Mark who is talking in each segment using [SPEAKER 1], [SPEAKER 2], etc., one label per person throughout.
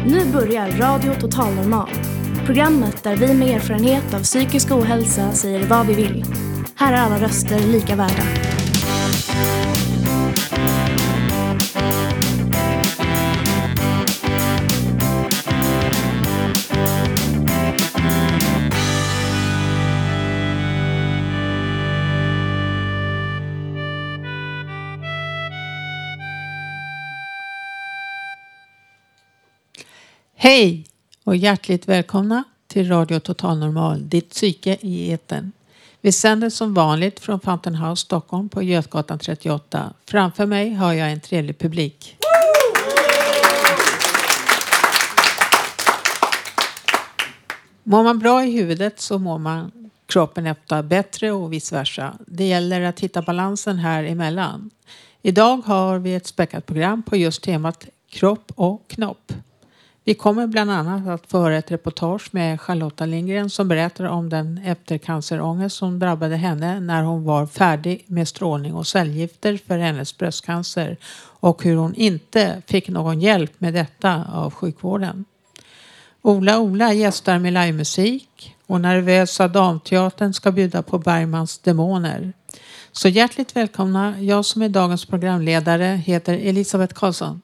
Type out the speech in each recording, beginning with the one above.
[SPEAKER 1] Nu börjar Radio Total Normal. Programmet där vi med erfarenhet av psykisk ohälsa säger vad vi vill. Här är alla röster lika värda.
[SPEAKER 2] Hej och hjärtligt välkomna till Radio Total Normal, ditt psyke i etern. Vi sänder som vanligt från Fountain House Stockholm på Götgatan 38. Framför mig har jag en trevlig publik. Mår man bra i huvudet så mår man kroppen efter bättre och vice versa. Det gäller att hitta balansen här emellan. Idag har vi ett späckat program på just temat kropp och knopp. Vi kommer bland annat att föra ett reportage med Charlotta Lindgren som berättar om den eftercancerångest som drabbade henne när hon var färdig med strålning och cellgifter för hennes bröstcancer och hur hon inte fick någon hjälp med detta av sjukvården. Ola gästar med livemusik och Nervösa Damteatern ska bjuda på Bergmans demoner. Så hjärtligt välkomna, jag som är dagens programledare heter Elisabeth Karlsson.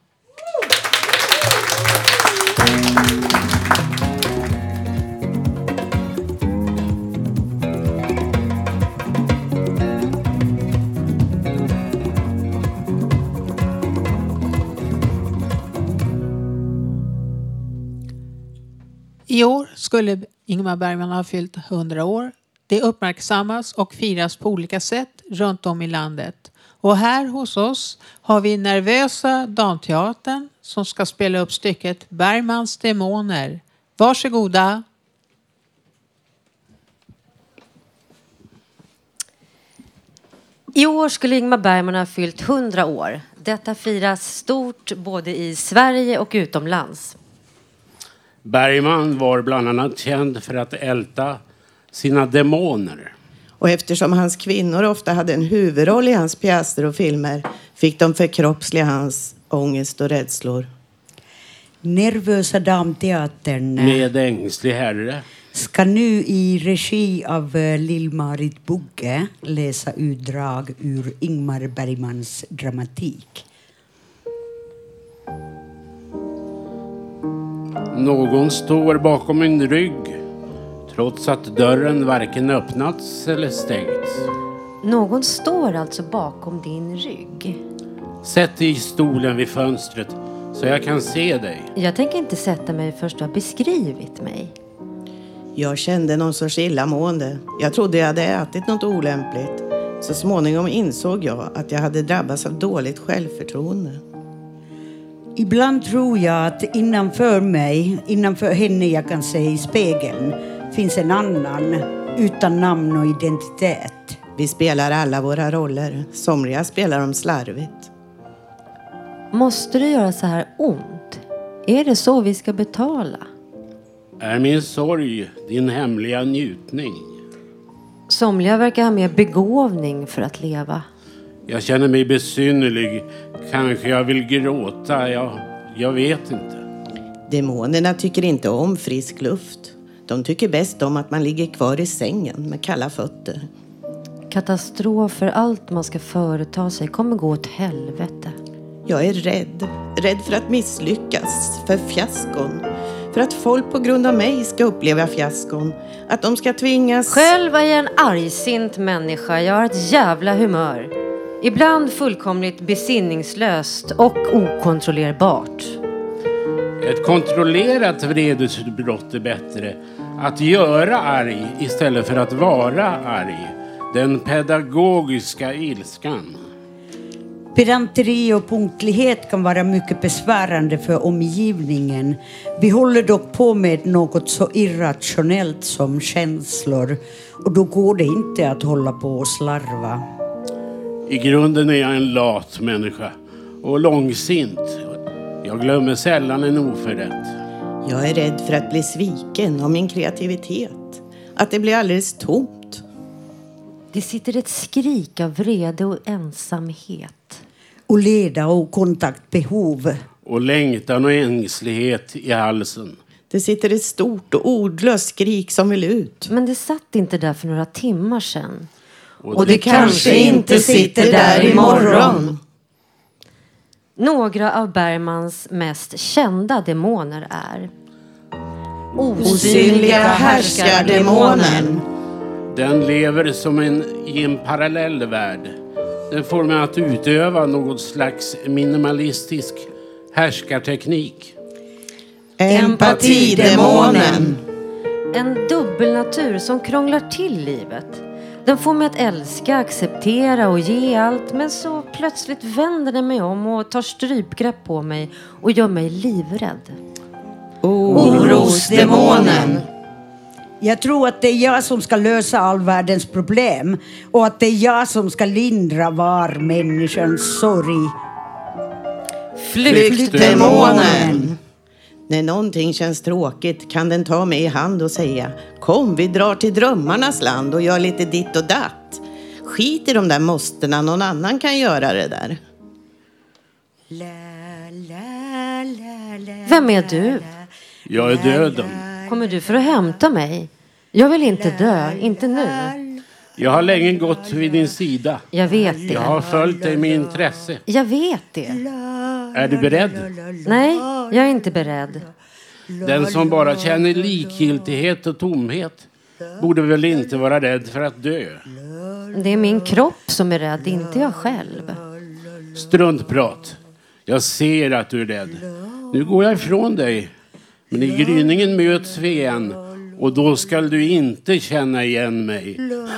[SPEAKER 2] I år skulle Ingmar Bergman ha fyllt 100 år. Det uppmärksammas och firas på olika sätt runt om i landet. Och här hos oss har vi Nervösa Damteatern som ska spela upp stycket Bergmans demoner. Varsågoda!
[SPEAKER 3] I år skulle Ingmar Bergman ha fyllt 100 år. Detta firas stort både i Sverige och utomlands.
[SPEAKER 4] Bergman var bland annat känd för att älta sina demoner.
[SPEAKER 5] Och eftersom hans kvinnor ofta hade en huvudroll i hans pjäser och filmer fick de förkroppsliga hans ångest och rädslor.
[SPEAKER 6] Nervösa Damteatern
[SPEAKER 4] Med ängslig herre
[SPEAKER 6] ska nu i regi av Lill-Marit Bugge läsa utdrag ur Ingmar Bergmans dramatik.
[SPEAKER 4] Någon står bakom min rygg trots att dörren varken öppnats eller stängts.
[SPEAKER 3] Någon står alltså bakom din rygg.
[SPEAKER 4] Sätt dig i stolen vid fönstret så jag kan se dig.
[SPEAKER 3] Jag tänker inte sätta mig först du har beskrivit mig.
[SPEAKER 5] Jag kände någon sorts illamående. Jag trodde jag hade ätit något olämpligt. Så småningom insåg jag att jag hade drabbats av dåligt självförtroende.
[SPEAKER 6] Ibland tror jag att innanför henne jag kan se i spegeln, finns en annan utan namn och identitet.
[SPEAKER 5] Vi spelar alla våra roller. Somliga spelar dem slarvigt.
[SPEAKER 3] Måste det göra så här ont? Är det så vi ska betala?
[SPEAKER 4] Är min sorg din hemliga njutning?
[SPEAKER 3] Somliga verkar ha mer begåvning för att leva.
[SPEAKER 4] Jag känner mig besynnerlig. Kanske jag vill gråta. Jag vet inte.
[SPEAKER 5] Demonerna tycker inte om frisk luft. De tycker bäst om att man ligger kvar i sängen med kalla fötter.
[SPEAKER 3] Katastrofer, allt man ska företa sig kommer gå åt helvete.
[SPEAKER 5] Jag är rädd. Rädd för att misslyckas. För fiaskon. För att folk på grund av mig ska uppleva fiaskon. Att de ska tvingas...
[SPEAKER 3] Själv är jag en argsint människa. Jag har ett jävla humör. Ibland fullkomligt besinningslöst och okontrollerbart.
[SPEAKER 4] Ett kontrollerat vredesutbrott är bättre. Att göra arg istället för att vara arg. Den pedagogiska ilskan.
[SPEAKER 6] Pedanteri och punktlighet kan vara mycket besvärande för omgivningen. Vi håller dock på med något så irrationellt som känslor. Och då går det inte att hålla på och slarva.
[SPEAKER 4] I grunden är jag en lat människa och långsint. Jag glömmer sällan en oförrätt.
[SPEAKER 5] Jag är rädd för att bli sviken av min kreativitet. Att det blir alldeles tomt.
[SPEAKER 3] Det sitter ett skrik av vrede och ensamhet.
[SPEAKER 6] Och leda och kontaktbehov.
[SPEAKER 4] och längtan och ängslighet i halsen.
[SPEAKER 5] Det sitter ett stort och ordlöst skrik som vill ut.
[SPEAKER 3] Men det satt inte där för några timmar sedan.
[SPEAKER 5] Och det kanske inte sitter där imorgon.
[SPEAKER 3] Några av Bergmans mest kända demoner är
[SPEAKER 5] Osynliga härskardemonen.
[SPEAKER 4] Den lever som i en parallell värld. Den får mig att utöva något slags minimalistisk härskarteknik.
[SPEAKER 5] Empatidemonen.
[SPEAKER 3] en dubbelnatur som krånglar till livet. Den får mig att älska, acceptera och ge allt. Men så plötsligt vänder den mig om och tar strypgrepp på mig och gör mig livrädd.
[SPEAKER 5] Orosdemonen.
[SPEAKER 6] Jag tror att det är jag som ska lösa all världens problem. Och att det är jag som ska lindra var människans sorg.
[SPEAKER 5] Flyktdemonen. När någonting känns tråkigt kan den ta mig i hand och säga: kom, vi drar till drömmarnas land och gör lite ditt och datt. Skit i de där måstena, någon annan kan göra det där.
[SPEAKER 3] Vem är du?
[SPEAKER 4] Jag är döden.
[SPEAKER 3] Kommer du för att hämta mig? Jag vill inte dö, inte nu.
[SPEAKER 4] Jag har länge gått vid din sida.
[SPEAKER 3] Jag vet det.
[SPEAKER 4] Jag har följt dig med intresse.
[SPEAKER 3] Jag vet det.
[SPEAKER 4] Är du beredd?
[SPEAKER 3] Nej, jag är inte beredd.
[SPEAKER 4] Den som bara känner likgiltighet och tomhet borde väl inte vara rädd för att dö.
[SPEAKER 3] Det är min kropp som är rädd, inte jag själv.
[SPEAKER 4] Struntprat. Jag ser att du är rädd. Nu går jag ifrån dig. Men i gryningen möts vi igen. Och då ska du inte känna igen mig.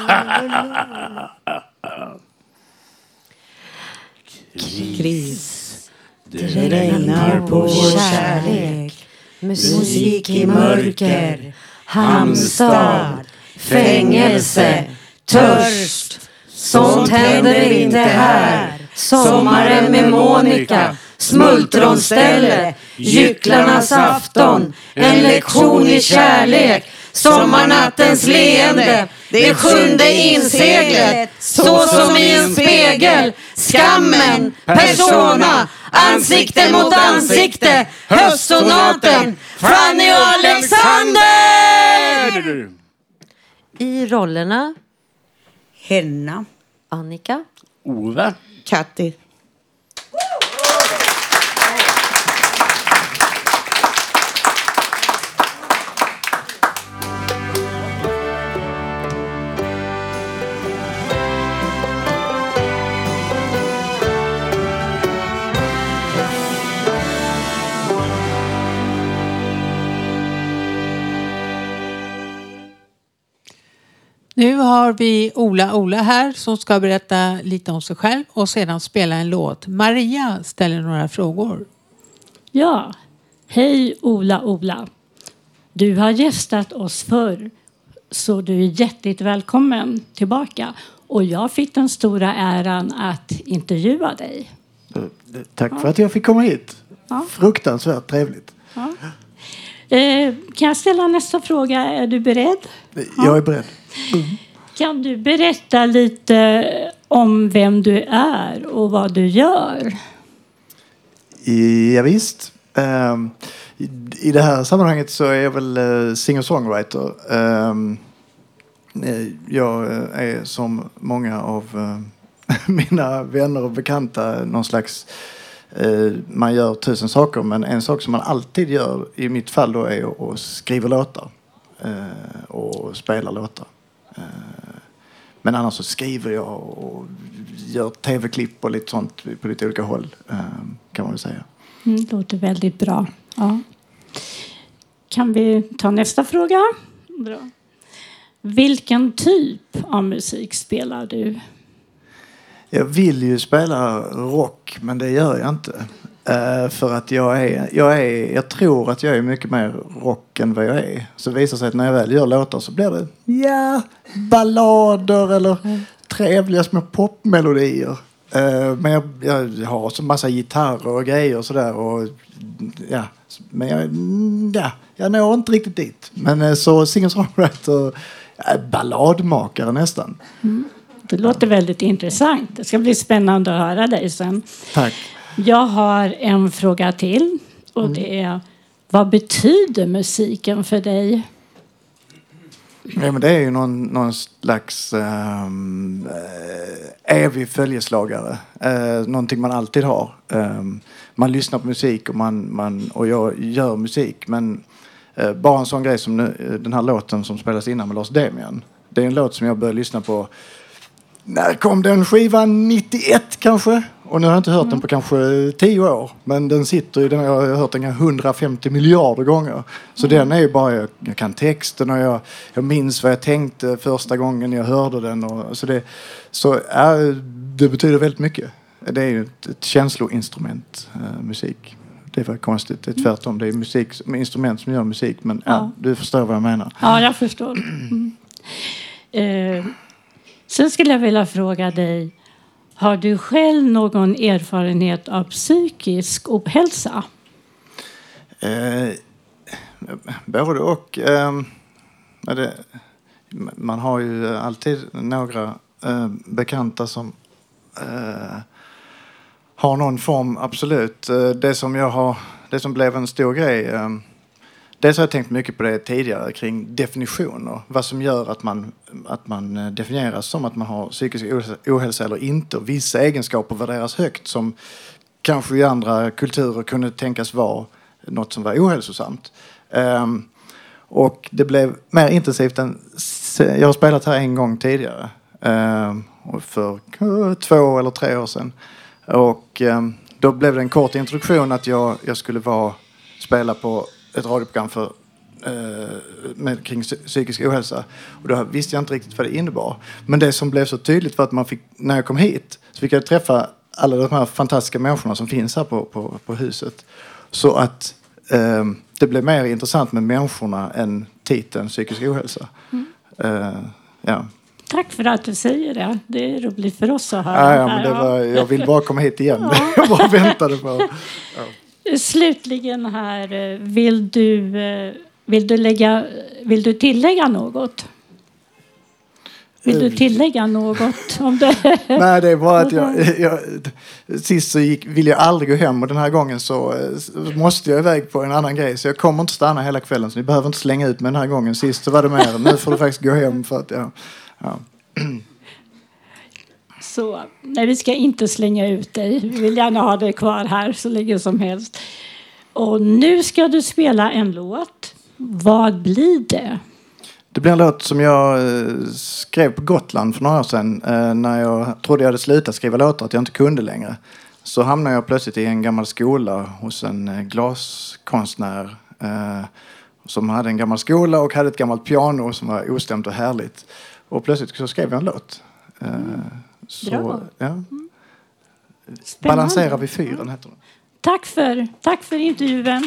[SPEAKER 5] Kris. Det regnar på vår kärlek.
[SPEAKER 3] Musik i mörker. Hamnstad. Fängelse. Törst. Sånt händer inte här. Sommaren med Monica. Smultronställe. Gycklarnas afton. En lektion i kärlek. Sommarnattens leende. Det 7:e inseglet. Så som i en spegel. Skammen. Persona. Ansikte mot ansikte. Höstsonaten. Fanny och Alexander. I rollerna
[SPEAKER 6] Henna.
[SPEAKER 3] Annika.
[SPEAKER 4] Ove.
[SPEAKER 5] Katti.
[SPEAKER 2] Nu har vi Ola här som ska berätta lite om sig själv och sedan spela en låt. Maria ställer några frågor.
[SPEAKER 7] Ja, hej Ola. Du har gästat oss förr, så du är hjärtligt välkommen tillbaka. Och jag fick den stora äran att intervjua dig.
[SPEAKER 8] Tack för att jag fick komma hit.
[SPEAKER 7] Ja.
[SPEAKER 8] Fruktansvärt trevligt.
[SPEAKER 7] Ja. Kan jag ställa nästa fråga? Är du beredd?
[SPEAKER 8] Jag är beredd.
[SPEAKER 7] Kan du berätta lite om vem du är och vad du gör?
[SPEAKER 8] Ja, visst. I det här sammanhanget så är jag väl singer-songwriter. Jag är som många av mina vänner och bekanta någon slags... Man gör 1000 saker, men en sak som man alltid gör i mitt fall då är att skriva låtar och spela låtar. Men annars så skriver jag och gör tv-klipp och lite sånt på lite olika håll, kan man väl säga.
[SPEAKER 7] Det låter väldigt bra. Ja. Kan vi ta nästa fråga? Bra. Vilken typ av musik spelar du?
[SPEAKER 8] Jag vill ju spela rock, men det gör jag inte. För att jag tror att jag är mycket mer rock än vad jag är. Så visar sig att när jag väl gör låtar så blir det ballader eller trevliga små popmelodier. Men jag har så massa gitarrer och grejer och sådär. Men jag når inte riktigt dit. Men så singer-songwriter, balladmakare nästan.
[SPEAKER 7] Det låter väldigt intressant. Det ska bli spännande att höra dig sen.
[SPEAKER 8] Tack.
[SPEAKER 7] Jag har en fråga till. Och det är, vad betyder musiken för dig?
[SPEAKER 8] Ja, men det är ju någon slags evig följeslagare. Någonting man alltid har. Man lyssnar på musik och jag gör musik. Men bara en sån grej som den här låten som spelas innan med Lars Demian. Det är en låt som jag började lyssna på. När kom den skivan? 91 kanske? Och nu har jag inte hört den på kanske 10 år. Men den sitter i den. Jag har hört den 150 miljarder gånger. Så den är ju bara, jag kan texten och jag minns vad jag tänkte första gången jag hörde den. Och, det betyder väldigt mycket. Det är ju ett känsloinstrument, musik. Det var konstigt. Det är tvärtom. Det är musik, instrument som gör musik. Men du förstår vad jag menar.
[SPEAKER 7] Ja, jag förstår. Sen skulle jag vilja fråga dig. Har du själv någon erfarenhet av psykisk ohälsa?
[SPEAKER 8] Både och. Man har ju alltid några bekanta som har någon form, absolut. Det som blev en stor grej. Dels har jag tänkt mycket på det tidigare kring definitioner. Vad som gör att man definieras som att man har psykisk ohälsa eller inte. Och vissa egenskaper värderas högt som kanske i andra kulturer kunde tänkas vara något som var ohälsosamt. Och det blev mer intensivt än... Jag har spelat här en gång tidigare. För 2 eller 3 år sedan. Och då blev det en kort introduktion att jag skulle spela på ett radioprogram kring psykisk ohälsa. Och då visste jag inte riktigt vad det innebar. Men det som blev så tydligt var att när jag kom hit så fick jag träffa alla de här fantastiska människorna som finns här på huset. Så att det blev mer intressant med människorna än titeln psykisk ohälsa. Ja.
[SPEAKER 7] Tack för att du säger det. Det är roligt för oss att höra.
[SPEAKER 8] Ja, men jag vill bara komma hit igen. Jag bara väntade på... Ja.
[SPEAKER 7] Slutligen här, vill du tillägga något? Vill du tillägga något om det?
[SPEAKER 8] Nej, det är bara att sist så vill jag aldrig gå hem och den här gången så måste jag iväg på en annan grej. Så jag kommer inte stanna hela kvällen så ni behöver inte slänga ut mig den här gången. Sist så var det mer. Nu får du faktiskt gå hem för att ja.
[SPEAKER 7] Så, nej, vi ska inte slänga ut dig. Vi vill gärna ha dig kvar här så länge som helst. Och nu ska du spela en låt. Vad blir det?
[SPEAKER 8] Det blir en låt som jag skrev på Gotland för några år sedan. När jag trodde jag hade slutat skriva låtar, att jag inte kunde längre. Så hamnade jag plötsligt i en gammal skola hos en glaskonstnär. Som hade en gammal skola och hade ett gammalt piano som var ostämt och härligt. Och plötsligt så skrev jag en låt. Så, ja. Balanserar vi fyren heter det.
[SPEAKER 7] Tack för intervjun.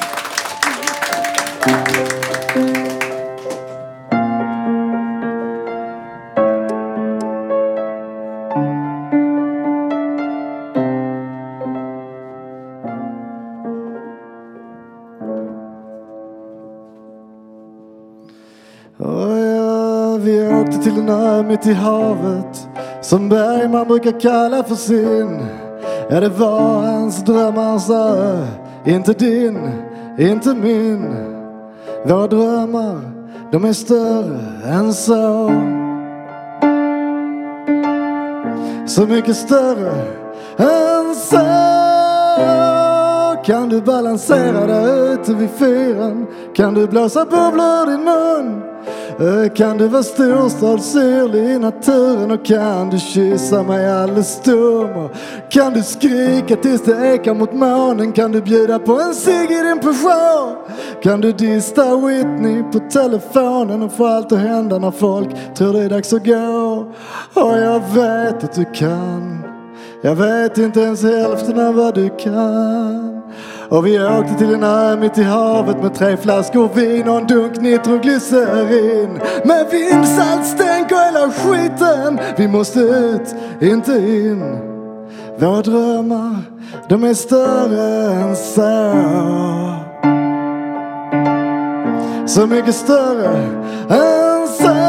[SPEAKER 9] Vi åkte till en ö mitt i havet som Bergman brukar kalla för sin. Ja, det var hans drömmars ö, inte din, inte min. Våra drömmar, de är större än så. Så mycket större än så. Kan du balansera där ute vid fyren? Kan du blåsa bubblor i din mun? Kan du vara storstadssyrlig i naturen? Och kan du kyssa mig alldeles stum? Kan du skrika tills det ekar mot månen? Kan du bjuda på en cigg i din Peugeot? Kan du dista Whitney på telefonen och få allt att hända när folk tror det är dags att gå? Och jag vet att du kan. Jag vet inte ens hälften av vad du kan. Och vi åkte till en ö mitt i havet med 3 flaskor vin och en dunk nitroglycerin. Med vindsaltstänk och hela skiten. Vi måste ut, inte in. Våra drömmar, de är större än så. Så mycket större än så.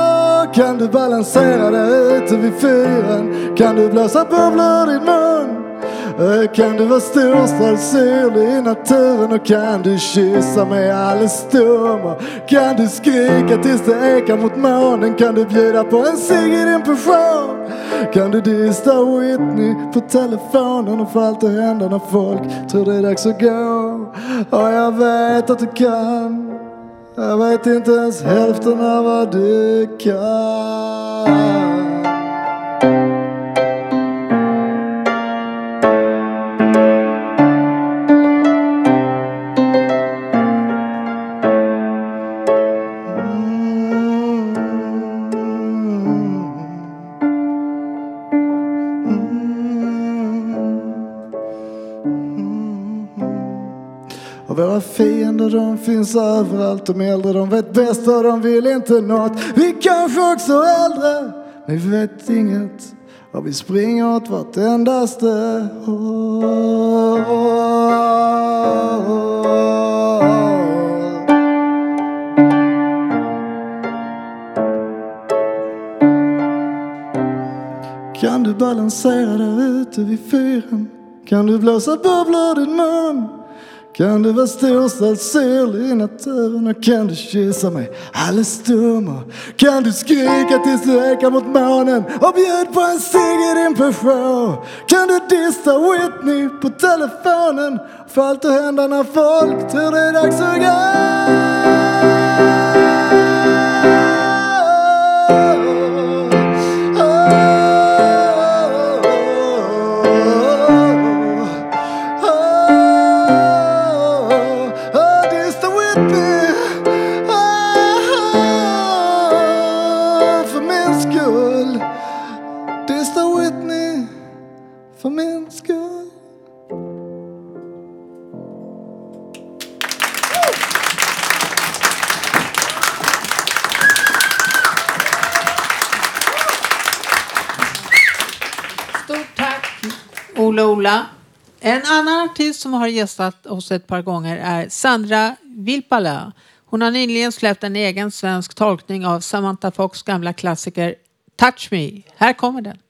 [SPEAKER 9] Kan du balansera där ute vid fyren? Kan du blåsa bubblor i din mun? Kan du vara storstadssyrlig i naturen och kan du kyssa mig alldeles stum? Kan du skrika tills det ekar mot månen? Kan du bjuda på en cigg i din passion? Kan du dista Whitney på telefonen och få allt att hända när folk tror det är dags att gå? Och jag vet att du kan. Jag vet inte ens hälften av vad du kan. Och våra fiender de finns överallt. De äldre de vet bäst och de vill inte något. Vi kanske också är äldre, men vi vet inget. Och vi springer åt vartendaste håll. Kan du balansera där ute vid fyren? Kan du blåsa bubblor i din mun? Kan du vara storstadssyrlig i naturen och kan du kyssa mig alldeles stum? Kan du skrika tills du ekar mot månen och bjud på en cigg i din passion? Kan du dista Whitney på telefonen för allt att hända när folk tror det är dags att gå? För min skull.
[SPEAKER 2] Stort tack Ola. En annan artist som har gästat oss ett par gånger är Sandra Vilpala. Hon har nyligen släppt en egen svensk tolkning av Samantha Fox gamla klassiker Touch Me. Här kommer den.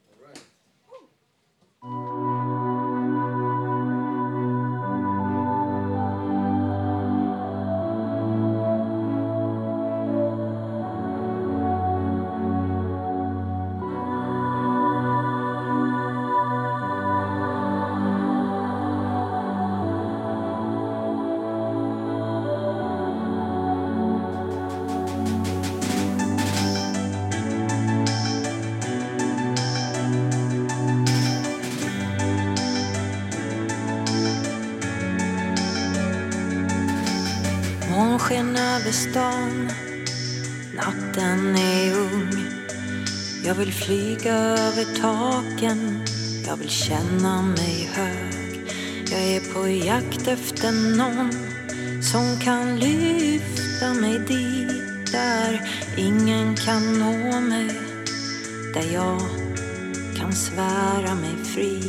[SPEAKER 10] Månsken över stan, natten är ung. Jag vill flyga över taken, jag vill känna mig hög. Jag är på jakt efter någon som kan lyfta mig dit där ingen kan nå mig, där jag kan svära mig fri.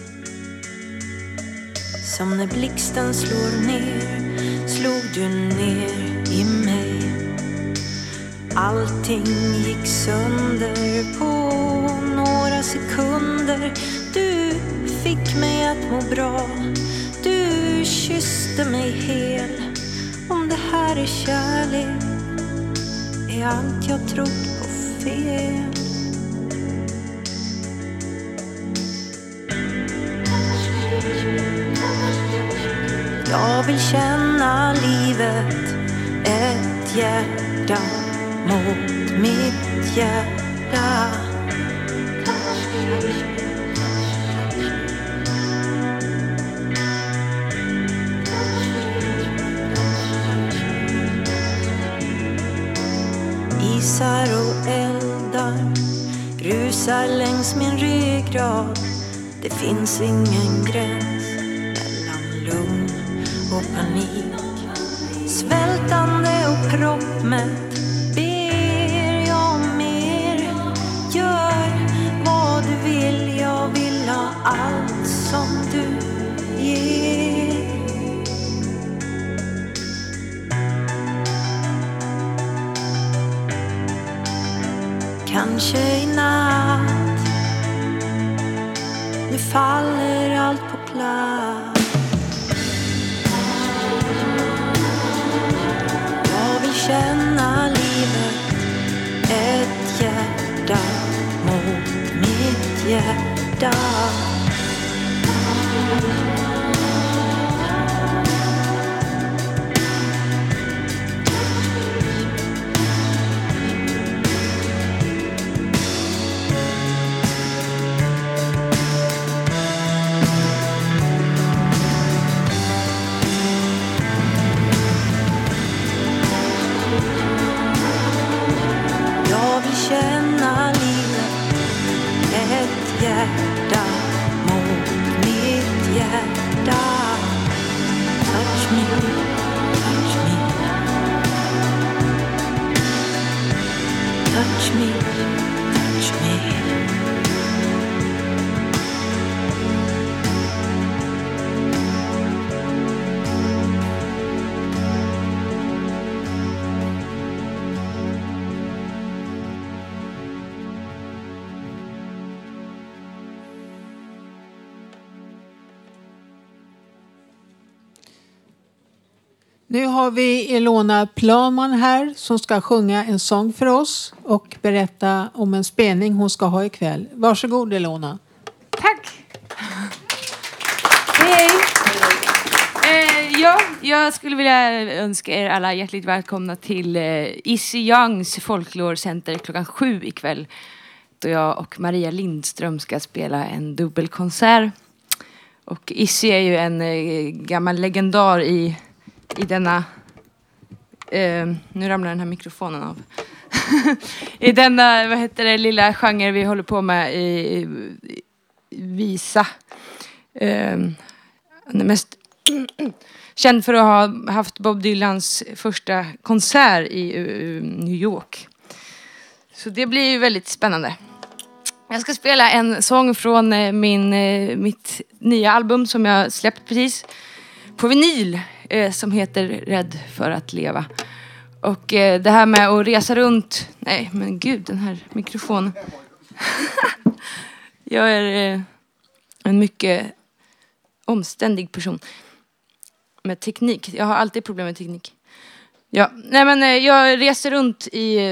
[SPEAKER 10] Som när blixten slår ner, slog du ner i mig. Allting gick sönder på några sekunder. Du fick mig att må bra, du kysste mig hel. Om det här är kärlek, är allt jag trott på fel. Jag vill känna livet, ett hjärta mot mitt hjärta. Isar och eldar rusar längs min ryggrad. Det finns ingen gräns mellan lugn och panik. Svältande och proppmätt ber jag om mer. Gör vad du vill, jag vill ha allt som du ger. Kanske i natt, nu faller allt på Jag vill känna livet, ett hjärta mot mitt hjärta. Jag vill känna livet, ett hjärta mot mitt hjärta. Touch me, touch me. Touch me, touch me.
[SPEAKER 2] Nu har vi Ilona Planman här som ska sjunga en sång för oss och berätta om en spelning hon ska ha ikväll. Varsågod Ilona.
[SPEAKER 11] Tack! Hej! Jag skulle vilja önska er alla hjärtligt välkomna till Issy Youngs folklorcenter klockan 7 ikväll. Då jag och Maria Lindström ska spela en dubbelkonsert. Och Issy är ju en gammal legendar i denna... nu ramlar den här mikrofonen av. I denna, lilla genre vi håller på med i visa. Han är mest känd för att ha haft Bob Dylans första konsert i New York. Så det blir ju väldigt spännande. Jag ska spela en sång från mitt nya album som jag släppt precis på vinyl som heter Rädd för att leva. Och det här med att resa runt... Nej, men gud, den här mikrofonen. Jag är en mycket omständig person med teknik. Jag har alltid problem med teknik. Ja, nej men jag reser runt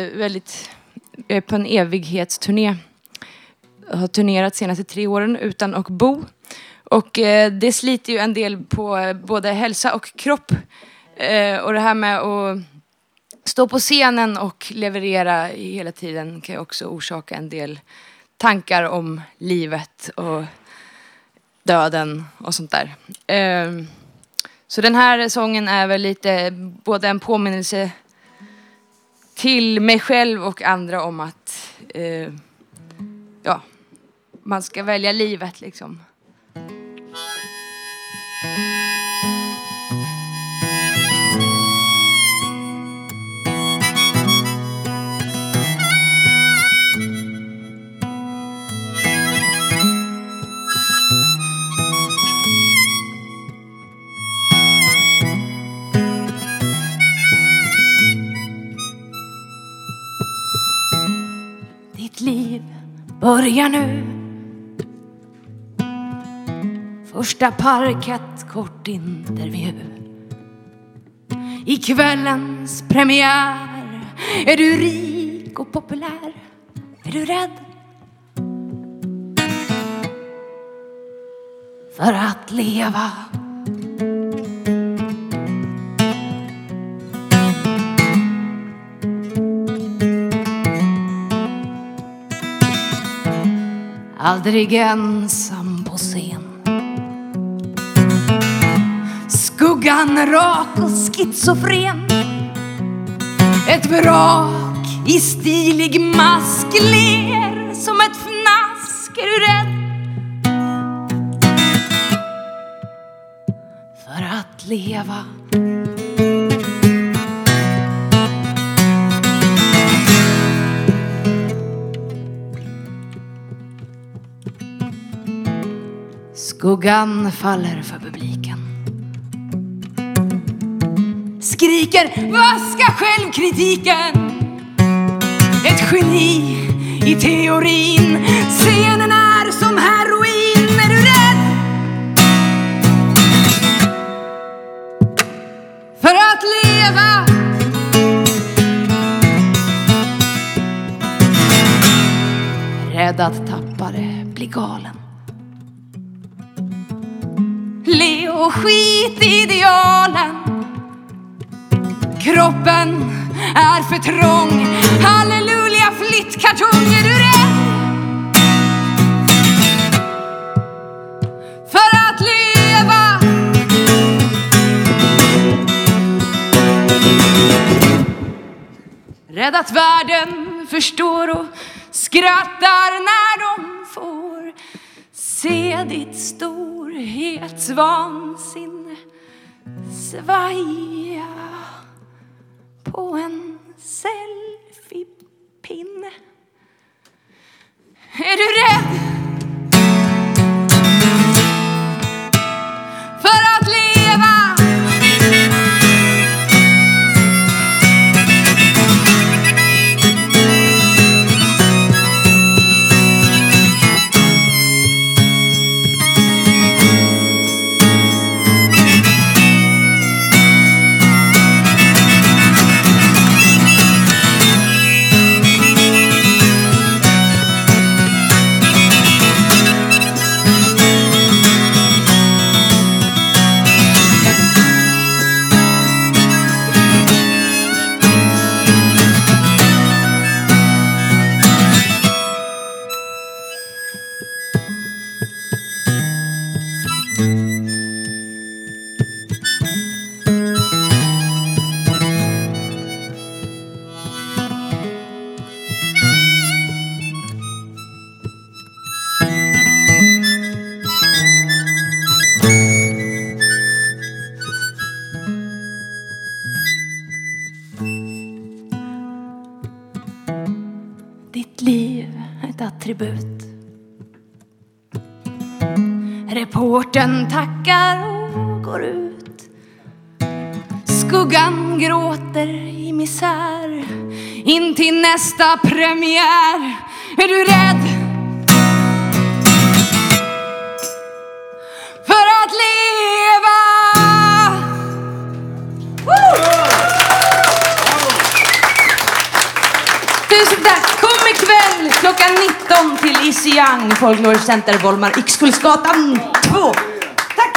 [SPEAKER 11] på en evighetsturné. Jag har turnerat senaste 3 åren utan att bo. Och det sliter ju en del på både hälsa och kropp. Och det här med att stå på scenen och leverera hela tiden kan ju också orsaka en del tankar om livet och döden och sånt där. Så den här sången är väl lite både en påminnelse till mig själv och andra om att man ska välja livet liksom. Ditt liv börjar nu. Första parket, kort intervju. I kvällens premiär är du rik och populär. Är du rädd för att leva? Aldrig ensam på scen. Skuggan rak och schizofren. Ett vrak i stilig mask ler som ett fnask. Är du rädd för att leva? Skuggan faller för publiken. Skriker, vaska självkritiken. Ett geni i teorin. Scenen är som heroin. Är du rädd leva. Rädd att tappa det, bli galen. Le och skit idealen. Kroppen är för trång. Halleluja, flittkartong. Är du rädd för att leva? Rädd att världen förstår och skrattar när de får se ditt storhetsvansinne svaja på en selfiepinne. Är du rädd för att leva? Ditt liv ett attribut. Reporten tackar och går ut. Skuggan gråter i misär in till nästa premiär. Är du rädd för att leva? Tusen tack. Kom ikväll klockan 19 till Easy Young Folklore Center Bollmar, Yxkullsgatan 2. Tack.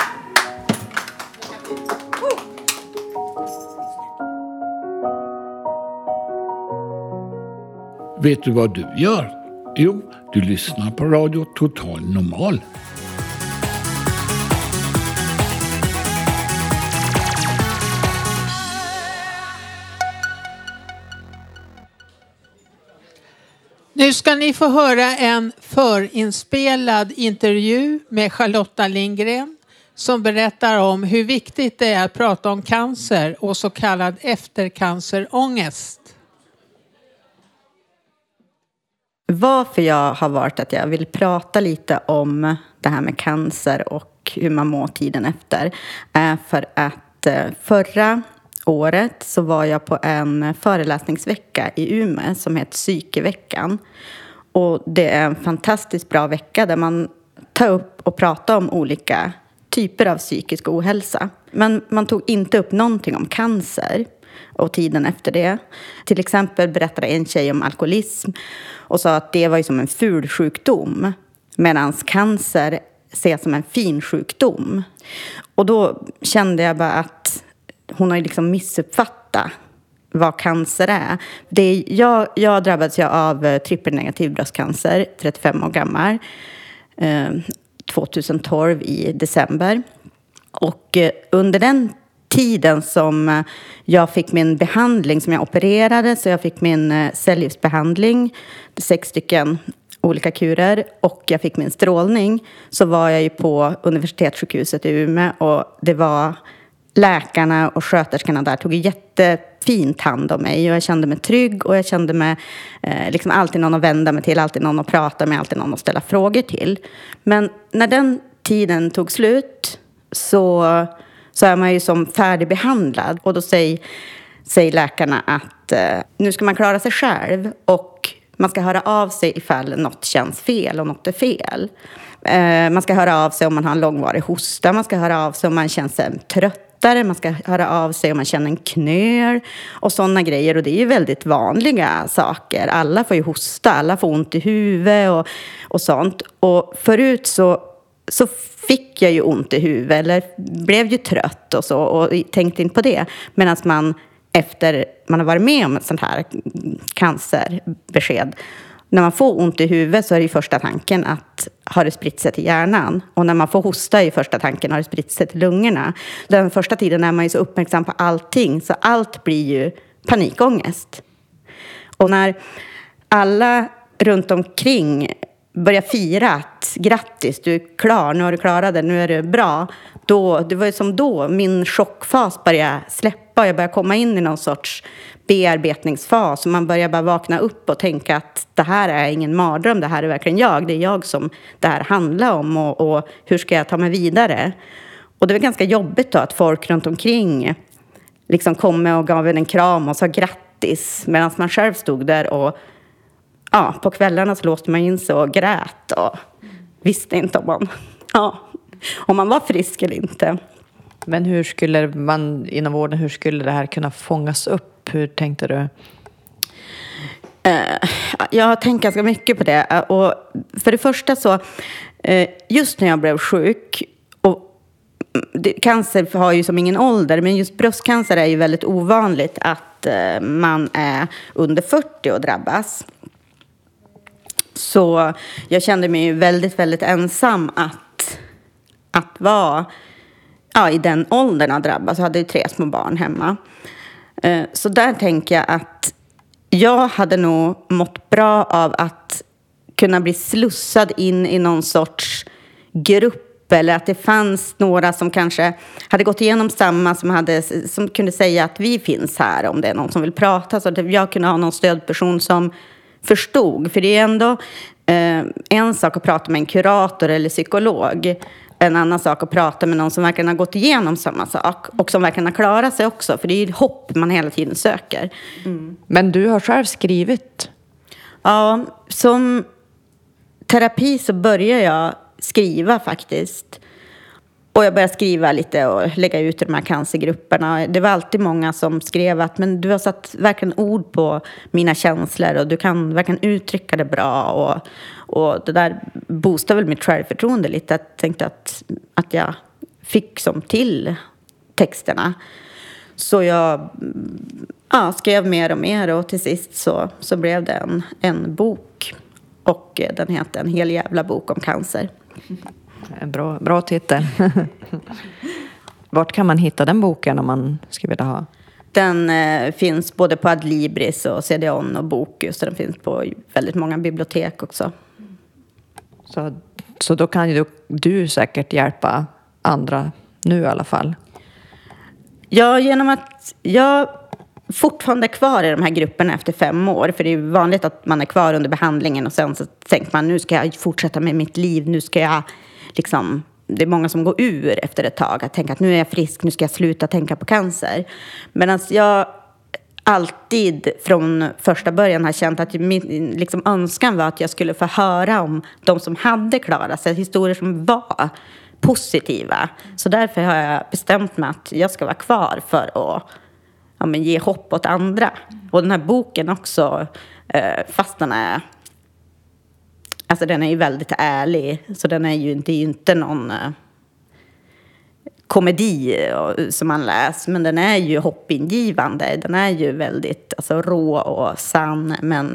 [SPEAKER 12] Vet du vad du gör? Jo, du lyssnar på Radio Total Normal.
[SPEAKER 2] Nu ska ni få höra en förinspelad intervju med Charlotta Lindgren som berättar om hur viktigt det är att prata om cancer och så kallad eftercancerångest.
[SPEAKER 13] Varför jag har varit att jag vill prata lite om det här med cancer och hur man mår tiden efter är för att förra året så var jag på en föreläsningsvecka i Umeå som heter Psykeveckan. Och det är en fantastiskt bra vecka där man tar upp och pratar om olika typer av psykisk ohälsa. Men man tog inte upp någonting om cancer och tiden efter det. Till exempel berättade en tjej om alkoholism och sa att det var ju som en ful sjukdom medan cancer ses som en fin sjukdom. Och då kände jag bara att hon har ju liksom missuppfattat vad cancer är. Jag drabbades av trippelnegativ bröstcancer, 35 år gammal, 2012 i december. Och under den tiden som jag fick min behandling, som jag opererade, så jag fick min cellgiftsbehandling, 6 stycken olika kurer, och jag fick min strålning, så var jag ju på universitetssjukhuset i Umeå och det var läkarna och sköterskorna där tog jättefint hand om mig och jag kände mig trygg och jag kände mig liksom alltid någon att vända mig till, alltid någon att prata med, alltid någon att ställa frågor till. Men när den tiden tog slut så är man ju som färdigbehandlad och då säger läkarna att nu ska man klara sig själv och man ska höra av sig ifall något känns fel och något är fel. Man ska höra av sig om man har en långvarig hosta, man ska höra av sig om man känner sig trött oftare. Man ska höra av sig om man känner en knöl och sådana grejer. Och det är ju väldigt vanliga saker. Alla får ju hosta, alla får ont i huvudet och sånt. Och förut så fick jag ju ont i huvudet eller blev ju trött och så och tänkte inte på det. Medan man efter man har varit med om ett sånt här cancerbesked, när man får ont i huvudet så är det ju första tanken att har det spritt sig till hjärnan. Och när man får hosta är ju första tanken har det spritt sig till lungorna. Den första tiden är man ju så uppmärksam på allting så allt blir ju panikångest. Och när alla runt omkring börjar fira att grattis, du är klar, nu har du klarat det, nu är det bra. Det var ju som då min chockfas började släppa. Jag började komma in i någon sorts bearbetningsfas. Och man börjar bara vakna upp och tänka att det här är ingen mardröm, det här är verkligen jag. Det är jag som det här handlar om och hur ska jag ta mig vidare. Och det var ganska jobbigt då att folk runt omkring liksom kom och gav en kram och sa grattis. Medan man själv stod där och på kvällarna så låste man in sig och grät och visste inte om man var frisk eller inte.
[SPEAKER 14] Men hur skulle man inom vården, hur skulle det här kunna fångas upp? Hur tänkte du?
[SPEAKER 13] Jag har tänkt ganska mycket på det. Och för det första så, just när jag blev sjuk, och cancer har ju som ingen ålder, men just bröstcancer är ju väldigt ovanligt att man är under 40 och drabbas. Så jag kände mig ju väldigt, väldigt ensam att vara i den åldern att drabbas. Jag hade ju 3 små barn hemma. Så där tänker jag att jag hade nog mått bra av att kunna bli slussad in i någon sorts grupp. Eller att det fanns några som kanske hade gått igenom samma som kunde säga att vi finns här om det är någon som vill prata. Så att jag kunde ha någon stödperson som förstod. För det är ändå en sak att prata med en kurator eller psykolog. En annan sak att prata med någon som verkligen har gått igenom samma sak. Och som verkligen har klarat sig också. För det är ju hopp man hela tiden söker.
[SPEAKER 14] Mm. Men du har själv skrivit?
[SPEAKER 13] Ja, som terapi så börjar jag skriva faktiskt. Och jag började skriva lite och lägga ut i de här cancergrupperna. Det var alltid många som skrev att men du har satt verkligen ord på mina känslor. Och du kan verkligen uttrycka det bra. Och det där boostade väl mitt självförtroende lite. Jag tänkte att jag fick som till texterna. Så jag skrev mer och mer. Och till sist så blev det en bok. Och den heter En hel jävla bok om cancer.
[SPEAKER 14] En bra titel. Vart kan man hitta den boken om man skulle vilja ha?
[SPEAKER 13] Den finns både på Adlibris och CD-ON och Bokus. Så den finns på väldigt många bibliotek också.
[SPEAKER 14] Så då kan ju du säkert hjälpa andra nu i alla fall.
[SPEAKER 13] Ja, genom att jag fortfarande är kvar i de här grupperna efter 5 år. För det är vanligt att man är kvar under behandlingen och sen så tänker man nu ska jag fortsätta med mitt liv. Nu ska jag liksom, det är många som går ur efter ett tag. Att tänka att nu är jag frisk, nu ska jag sluta tänka på cancer. Medan jag alltid från första början har känt att min liksom önskan var att jag skulle få höra om de som hade klarat sig. Historier som var positiva. Så därför har jag bestämt mig att jag ska vara kvar för att ge hopp åt andra. Och den här boken också, fast den är ju väldigt ärlig. Så den är ju inte någon komedi som man läser. Men den är ju hoppingivande. Den är ju väldigt rå och sann. Men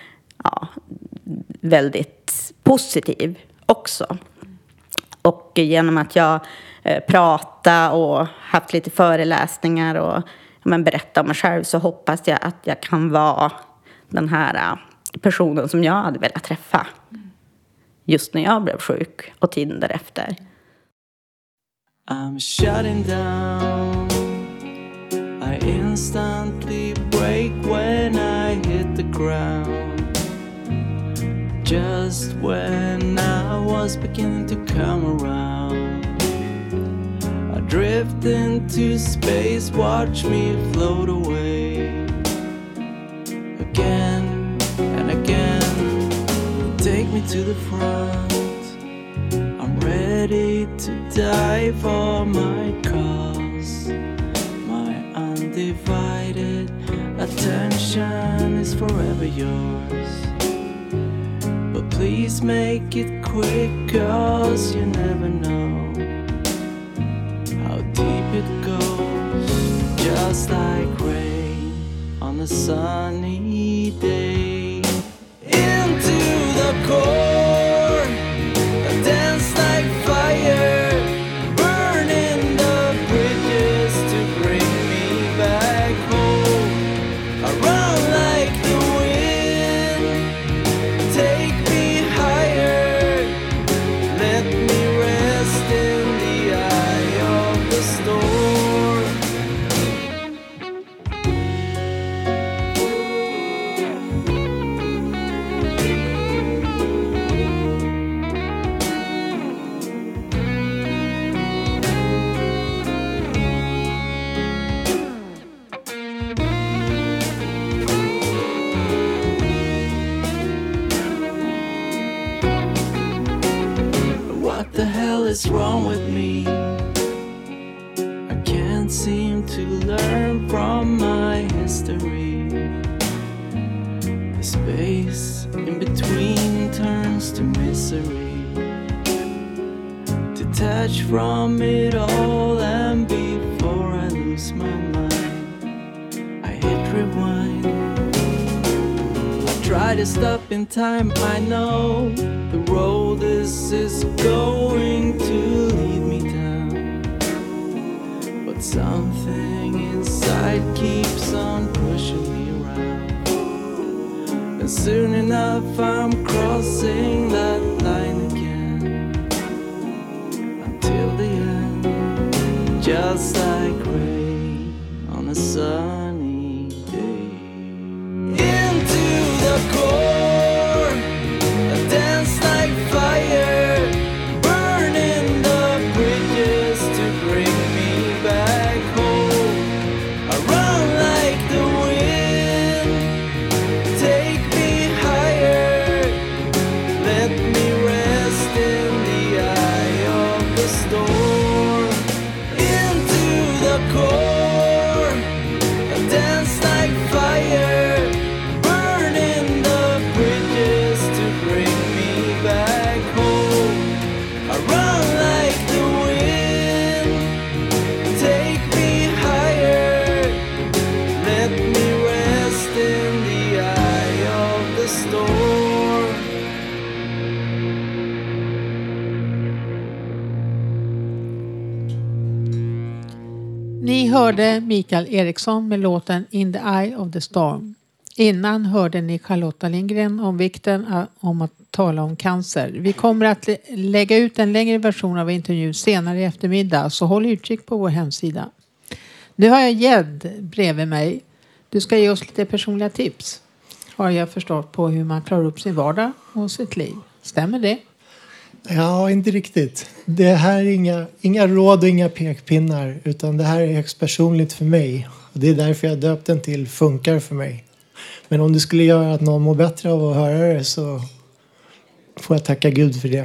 [SPEAKER 13] väldigt positiv också. Och genom att jag pratar och haft lite föreläsningar och berätta om mig själv så hoppas jag att jag kan vara den här personen som jag hade velat träffa just när jag blev sjuk och tiden därefter.
[SPEAKER 15] I'm shutting down. I instantly break when I hit the ground. Just when I was beginning to come around, I drift into space, watch me float away. Again and again, take me to the front. I'm ready to die for my cause. undivided attention is forever yours. But please make it quick, 'cause you never know how deep it goes. Just like rain on a sunny day. Into the core, a dance like fire, burning the bridges to bring me back home. Around like the wind, take me higher, let me rest in the eye of the storm. What the hell is wrong with me? I can't seem to learn from my history. The space in between turns to misery. Detach from it all, and before I lose my mind, I hit rewind. I try to stop in time, I know the road this is going to lead me down, but something inside keeps on pushing me around, and soon enough I'm crossing that line again, until the end, just like rain on a sunny day. Into the core, a dance like fire, burning the bridges to bring me back home. Around like the wind, take me higher, let me rest in the eye of the storm. Into the core, a dance like fire, burning the bridges to bring me back home. Around like the wind, take me higher, let me rest in the eye of the storm.
[SPEAKER 2] Ni hörde Mikael Eriksson med låten In the Eye of the Storm. Innan hörde ni Charlotta Lindgren om vikten om att tala om cancer. Vi kommer att lägga ut en längre version av intervjun senare i eftermiddag, så håll utkik på vår hemsida. Nu har jag Ged bredvid mig. Du ska ge oss lite personliga tips, har jag förstått, på hur man klarar upp sin vardag och sitt liv. Stämmer det?
[SPEAKER 16] Ja, inte riktigt. Det här är inga råd och inga pekpinnar, utan det här är högst personligt för mig. Och det är därför jag döpt den till Funkar för mig. Men om det skulle göra att någon mår bättre av att höra det, så får jag tacka Gud för det.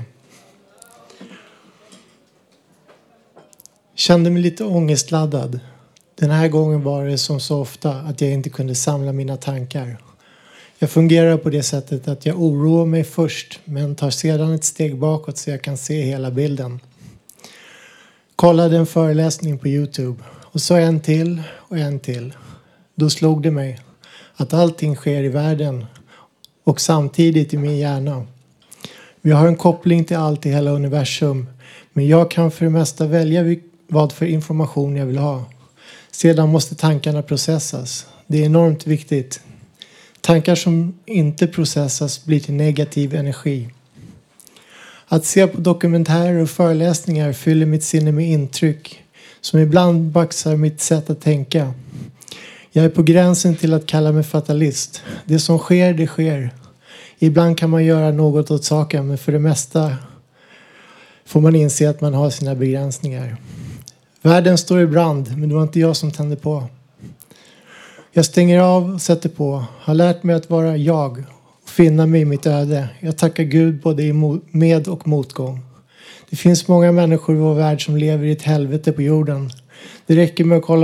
[SPEAKER 16] Kände mig lite ångestladdad. Den här gången var det som så ofta att jag inte kunde samla mina tankar. Jag fungerar på det sättet att jag oroar mig först, men tar sedan ett steg bakåt så jag kan se hela bilden. Kollade en föreläsning på YouTube och så en till och en till. Då slog det mig att allting sker i världen och samtidigt i min hjärna. Vi har en koppling till allt i hela universum, men jag kan för det mesta välja vad för information jag vill ha. Sedan måste tankarna processas. Det är enormt viktigt. Tankar som inte processas blir till negativ energi. Att se på dokumentärer och föreläsningar fyller mitt sinne med intryck som ibland baxar mitt sätt att tänka. Jag är på gränsen till att kalla mig fatalist. Det som sker, det sker. Ibland kan man göra något åt saken, men för det mesta får man inse att man har sina begränsningar. Världen står i brand, men det var inte jag som tände på. Jag stänger av och sätter på. Har lärt mig att vara jag och finna mig i mitt öde. Jag tackar Gud både i med- och motgång. Det finns många människor i vår värld som lever i ett helvete på jorden. Det räcker med att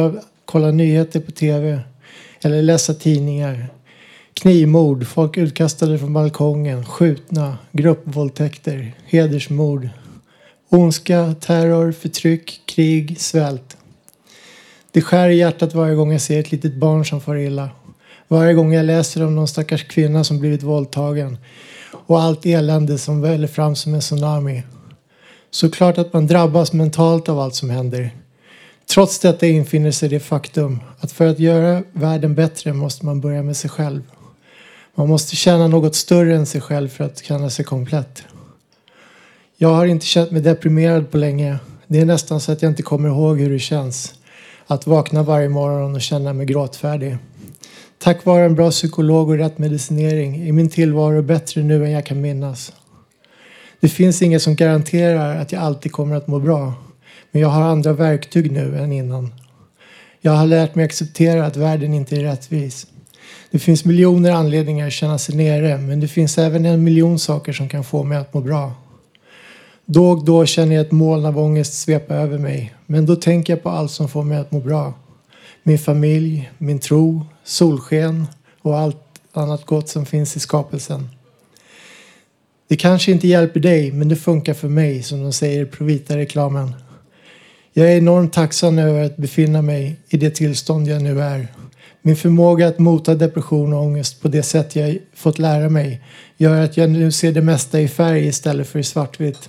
[SPEAKER 16] kolla nyheter på tv eller läsa tidningar. Knivmord, folk utkastade från balkongen, skjutna, gruppvåldtäkter, hedersmord. Ondska, terror, förtryck, krig, svält. Det skär i hjärtat varje gång jag ser ett litet barn som far illa. Varje gång jag läser om någon stackars kvinna som blivit våldtagen. Och allt elände som väller fram som en tsunami. Såklart att man drabbas mentalt av allt som händer. Trots detta infinner sig det faktum att för att göra världen bättre måste man börja med sig själv. Man måste känna något större än sig själv för att känna sig komplett. Jag har inte känt mig deprimerad på länge. Det är nästan så att jag inte kommer ihåg hur det känns. Att vakna varje morgon och känna mig gråtfärdig. Tack vare en bra psykolog och rätt medicinering är min tillvaro bättre nu än jag kan minnas. Det finns inget som garanterar att jag alltid kommer att må bra. Men jag har andra verktyg nu än innan. Jag har lärt mig acceptera att världen inte är rättvis. Det finns miljoner anledningar att känna sig nere. Men det finns även 1 miljon saker som kan få mig att må bra. Då och då känner jag ett moln av ångest svepa över mig. Men då tänker jag på allt som får mig att må bra. Min familj, min tro, solsken och allt annat gott som finns i skapelsen. Det kanske inte hjälper dig, men det funkar för mig, som de säger i Provita-reklamen. Jag är enormt tacksam över att befinna mig i det tillstånd jag nu är. Min förmåga att mota depression och ångest på det sätt jag fått lära mig gör att jag nu ser det mesta i färg istället för i svartvitt.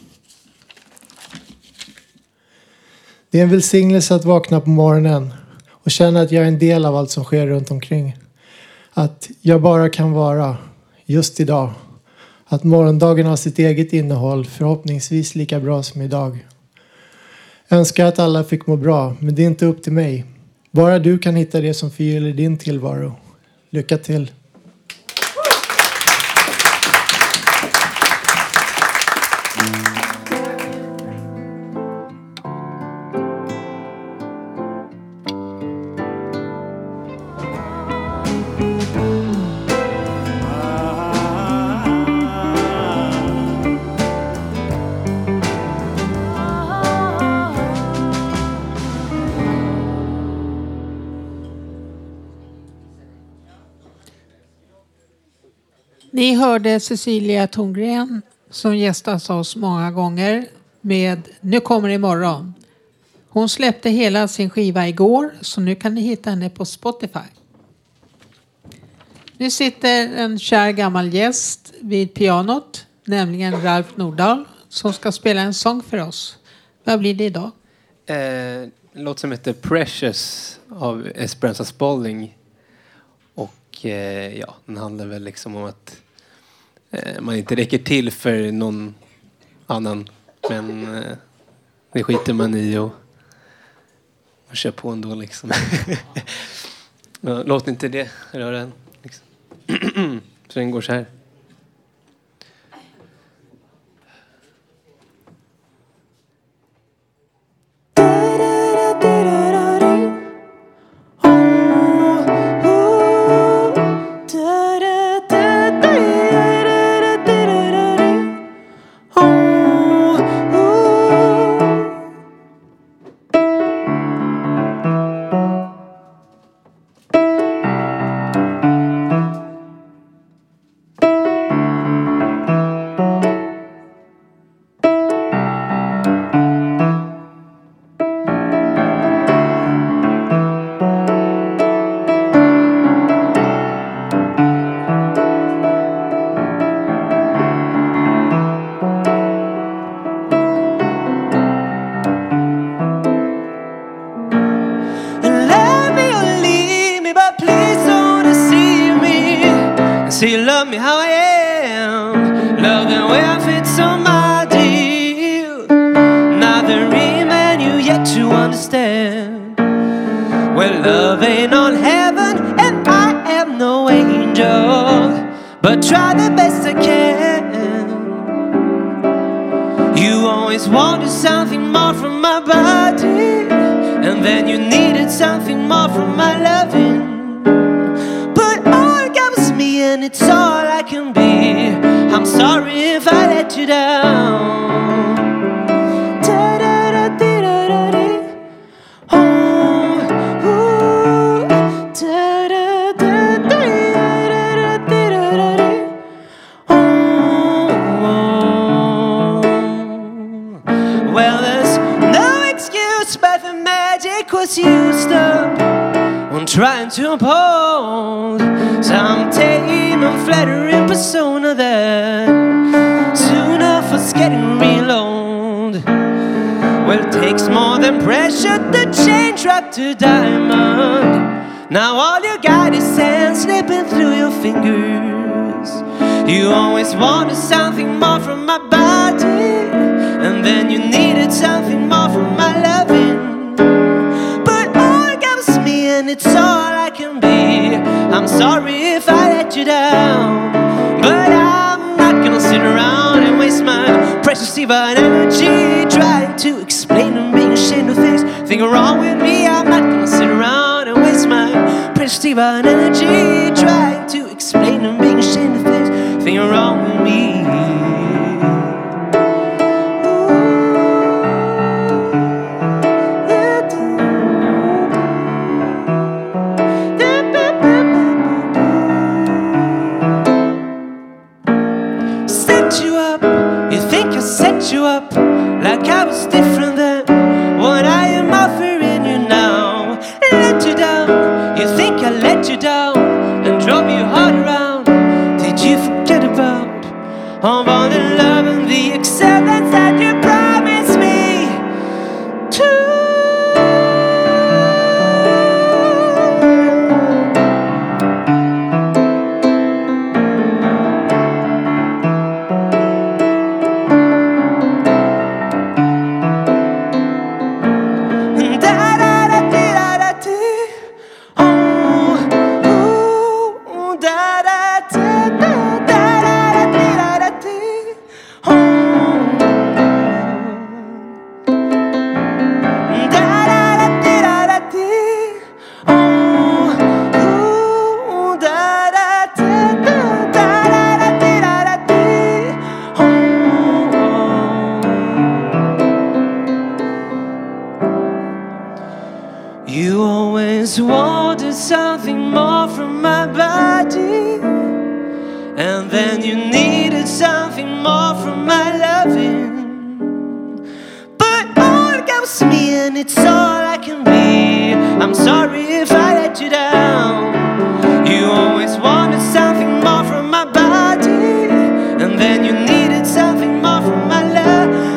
[SPEAKER 16] Det är en välsignelse att vakna på morgonen och känna att jag är en del av allt som sker runt omkring. Att jag bara kan vara just idag. Att morgondagen har sitt eget innehåll, förhoppningsvis lika bra som idag. Önskar att alla fick må bra, men det är inte upp till mig. Bara du kan hitta det som förgyller din tillvaro. Lycka till!
[SPEAKER 2] Ni hörde Cecilia Thorngren som gästat oss många gånger med Nu kommer imorgon. Hon släppte hela sin skiva igår, så nu kan ni hitta henne på Spotify. Nu sitter en kär gammal gäst vid pianot, nämligen Ralf Nordahl, som ska spela en sång för oss. Vad blir det idag?
[SPEAKER 17] En låt som heter Precious av Esperanza Spalding. Och ja, den handlar väl liksom om att man inte räcker till för någon annan. Men det skiter man i och kör på ändå liksom. Låt inte det röra en. Liksom. Så den går så här.
[SPEAKER 15] So you love me how I am, love the way I fit somebody. Not the real man you yet to understand. Well, love ain't on heaven and I am no angel, but try the best I can. You always wanted something more from my body, and then you needed something more from my loving. And it's all I can be. I'm sorry if I let you down. Da-da-da-dee-da-da-dee. Oh, ooh. up when trying to uphold some tame and flattering persona that soon enough was getting real old. Well, it takes more than pressure to change rock to diamond. Now all you got is sand slipping through your fingers. You always wanted something more from my body, and then you needed something more from my loving. But all comes me and it's all I can be. I'm sorry if I let you down, but I'm not gonna sit around and waste my precious divine energy trying to explain and being ashamed of things are wrong with me. I'm not gonna sit around and waste my precious divine energy trying to explain and being ashamed of things are wrong with me. Set you up like I was different than what I am offering you now. Let you down, you think I let you down and drove you hard around. Did you forget about all the love and the acceptance that you promised me to? You always wanted something more from my body, and then you needed something more from my loving. But all comes to me and it's all I can be. I'm sorry if I let you down. You always wanted something more from my body, and then you needed something more from my loving.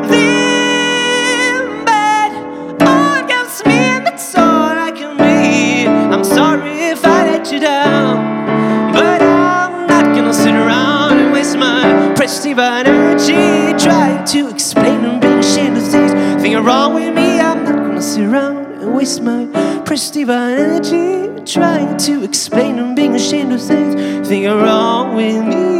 [SPEAKER 15] But all comes to me and it's all I can be. I'm sorry if I let you down, but I'm not gonna sit around and waste my precious divine energy trying to explain and being ashamed of things are wrong with me. I'm not gonna sit around and waste my precious divine energy trying to explain and being ashamed of things are wrong with me.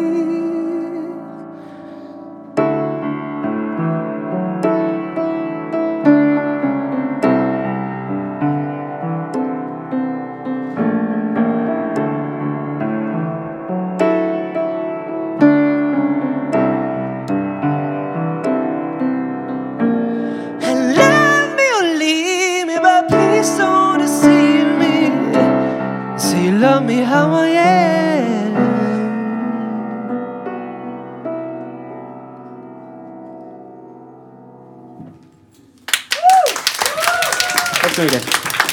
[SPEAKER 15] Love me how I am.
[SPEAKER 17] Tack så mycket.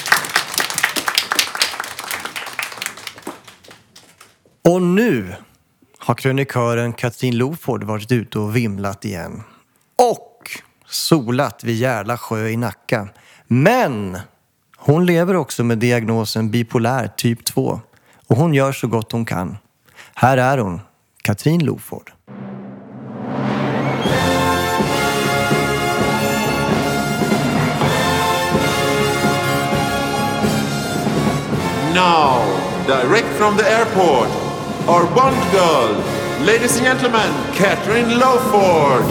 [SPEAKER 18] Och nu har krönikören Katrin Loford varit ute och vimlat igen. Och solat vid Järla sjö i Nacka. Men hon lever också med diagnosen bipolär typ 2. Och hon gör så gott hon kan. Här är hon, Katrin Loford.
[SPEAKER 19] Now, direct from the airport, our Bond girl, ladies and gentlemen, Katrin Loford.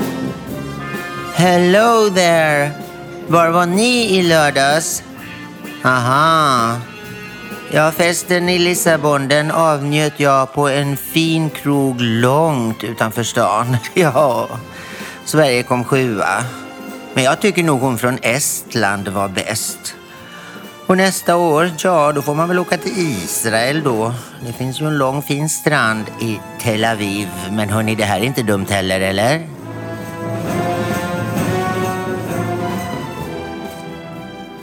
[SPEAKER 20] Hello there. Var var ni i lördags? Aha. Ja, festen i Lissabon, den avnjöt jag på en fin krog långt utanför stan. Ja, Sverige kom 7:a. Men jag tycker nog hon från Estland var bäst. Och nästa år, ja, då får man väl åka till Israel då. Det finns ju en lång fin strand i Tel Aviv. Men hörni, det här är inte dumt heller, eller?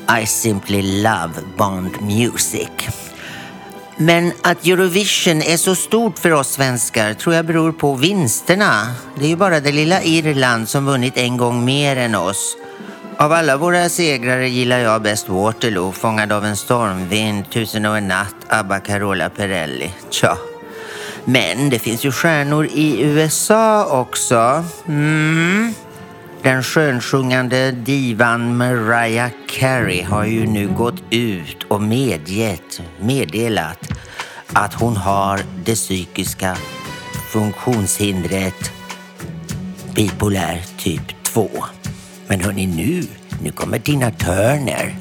[SPEAKER 20] I simply love Bond music. Men att Eurovision är så stort för oss svenskar tror jag beror på vinsterna. Det är ju bara det lilla Irland som vunnit en gång mer än oss. Av alla våra segrare gillar jag bäst Waterloo, Fångad av en stormvind, Tusen och en natt, ABBA, Carola Perrelli. Tja. Men det finns ju stjärnor i USA också. Den skönsjungande divan Mariah Carey har ju nu gått ut och meddelat att hon har det psykiska funktionshindret bipolär typ 2. Men hörni, nu kommer Tina Turner.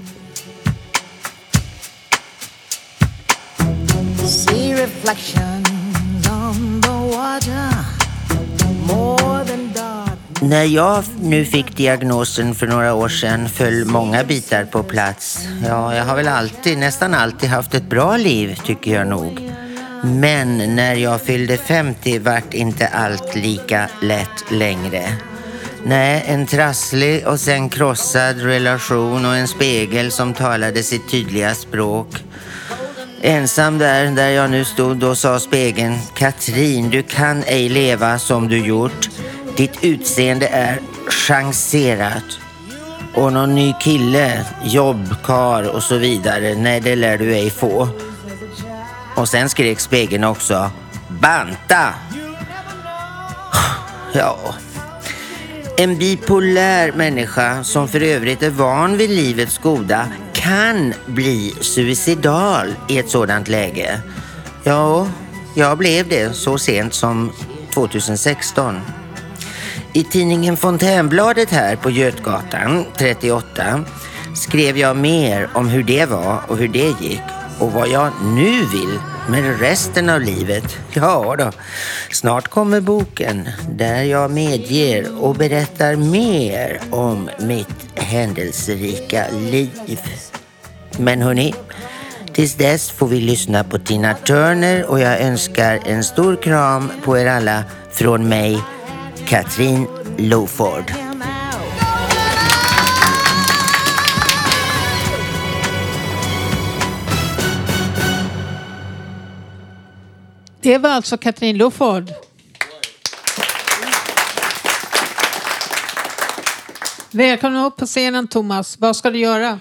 [SPEAKER 21] See reflection on the water, more than dark.
[SPEAKER 20] När jag nu fick diagnosen för några år sedan föll många bitar på plats. Ja, jag har väl nästan alltid haft ett bra liv, tycker jag nog. Men när jag fyllde 50 vart inte allt lika lätt längre. Nej, en trasslig och sen krossad relation och en spegel som talade sitt tydliga språk. Ensam där jag nu stod och sa spegeln: Katrin, du kan ej leva som du gjort. Ditt utseende är chanserat. Och någon ny kille, jobb, kar och så vidare, nej det lär du ej få. Och sen skrek spegeln också: banta! Ja. En bipolär människa som för övrigt är van vid livets goda kan bli suicidal i ett sådant läge. Ja, jag blev det så sent som 2016. I tidningen Fontänbladet här på Götgatan 38 skrev jag mer om hur det var och hur det gick och vad jag nu vill med resten av livet. Ja då, snart kommer boken där jag medger och berättar mer om mitt händelserika liv. Men hörni, tills dess får vi lyssna på Tina Turner och jag önskar en stor kram på er alla från mig, Katrin Loford.
[SPEAKER 2] Det var alltså Katrin Loford. Välkommen upp på scenen, Thomas. Vad ska du göra?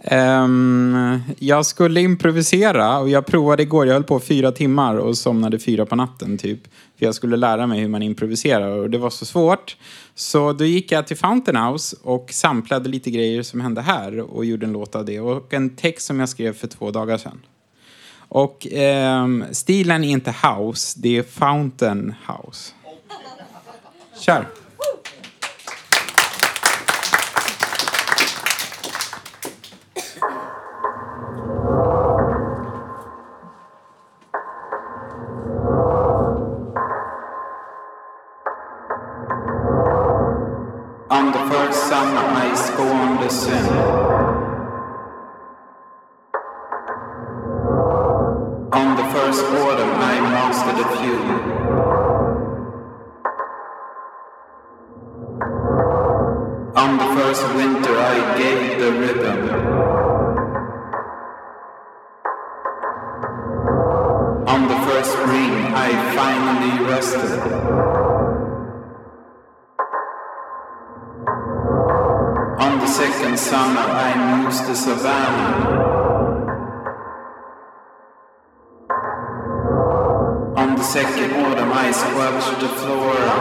[SPEAKER 22] Jag skulle improvisera och jag provade igår. Jag höll på 4 timmar och somnade 4 på natten typ. För jag skulle lära mig hur man improviserar och det var så svårt. Så då gick jag till Fountain House och samplade lite grejer som hände här och gjorde en låt av det. Och en text som jag skrev för 2 dagar sedan. Och stilen är inte house, det är Fountain House. Kör!
[SPEAKER 23] On the first summer ice go on the sun. On the first autumn I mastered a few. On the first winter I gave the rhythm. On the first spring I finally rested. On the second summer I mused the savannah. On the second autumn I squelched the flora.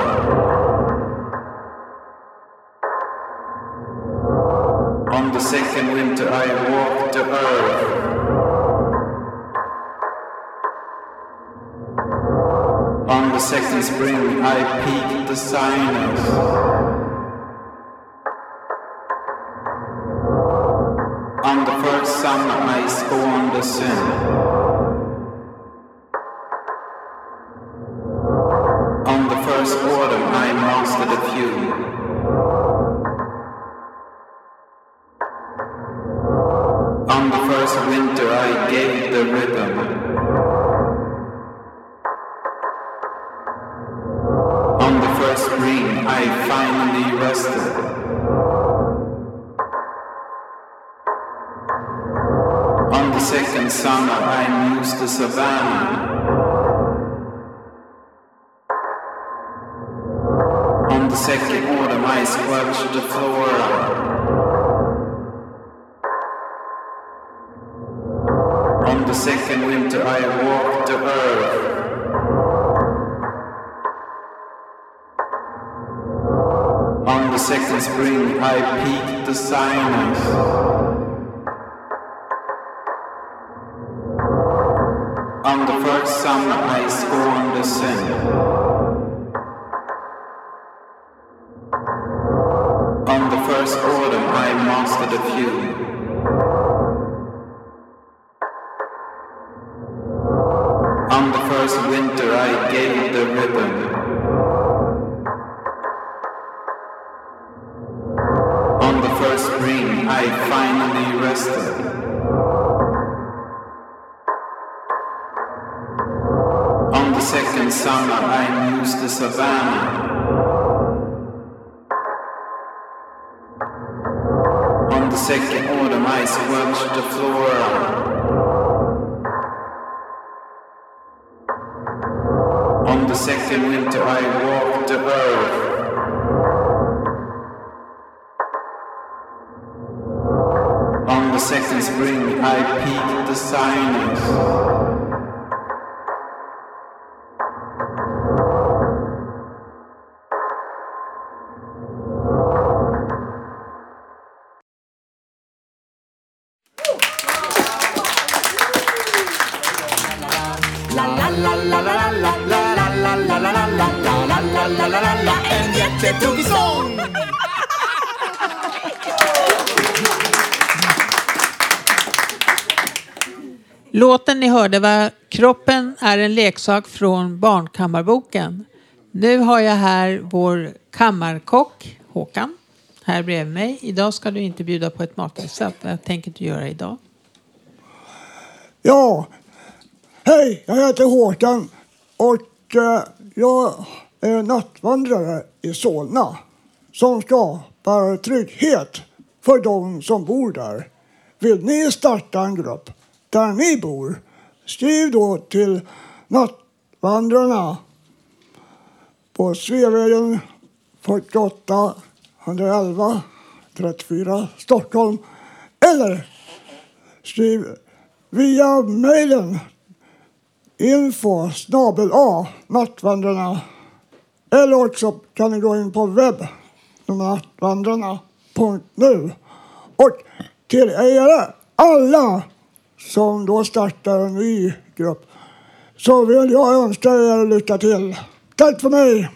[SPEAKER 23] On the second winter I walked the earth. On the second spring I peaked the sinus. On the first summer I scorned the sin. On the first autumn I mastered a few. On the first winter I gave the rhythm. On the first spring I finally rested. second summer I mused the savannah. On the second autumn I squelched the flora. On the second winter I walked the earth. On the second spring I peaked the sinus. On the first summer I scorned the sin. On the first autumn I mastered a few. On the first winter I gave the ribbon. On the first spring I finally rested. On the second summer I mused the savannah. On the second autumn I squelched the flora. On the second winter I walked the earth. On the second spring I peaked the sinus.
[SPEAKER 21] En jättetokig sång!
[SPEAKER 2] Låten ni hörde var Kroppen är en leksak från Barnkammarboken. Nu har jag här vår kammarkock Håkan här bredvid mig. Idag ska du inte bjuda på ett matrecept. Vad tänker du göra idag?
[SPEAKER 1] Ja, hej, jag heter Håkan och jag är nattvandrare i Solna som skapar trygghet för de som bor där. Vill ni starta en grupp där ni bor? Skriv då till Nattvandrarna på Sveavägen 48 111 34 Stockholm. Eller skriv via mejlen info@nattvandrarna. Eller också kan ni gå in på webb nattvandrarna.nu. Och till er alla som då startar en ny grupp så vill jag önska er lycka till. Tack för mig!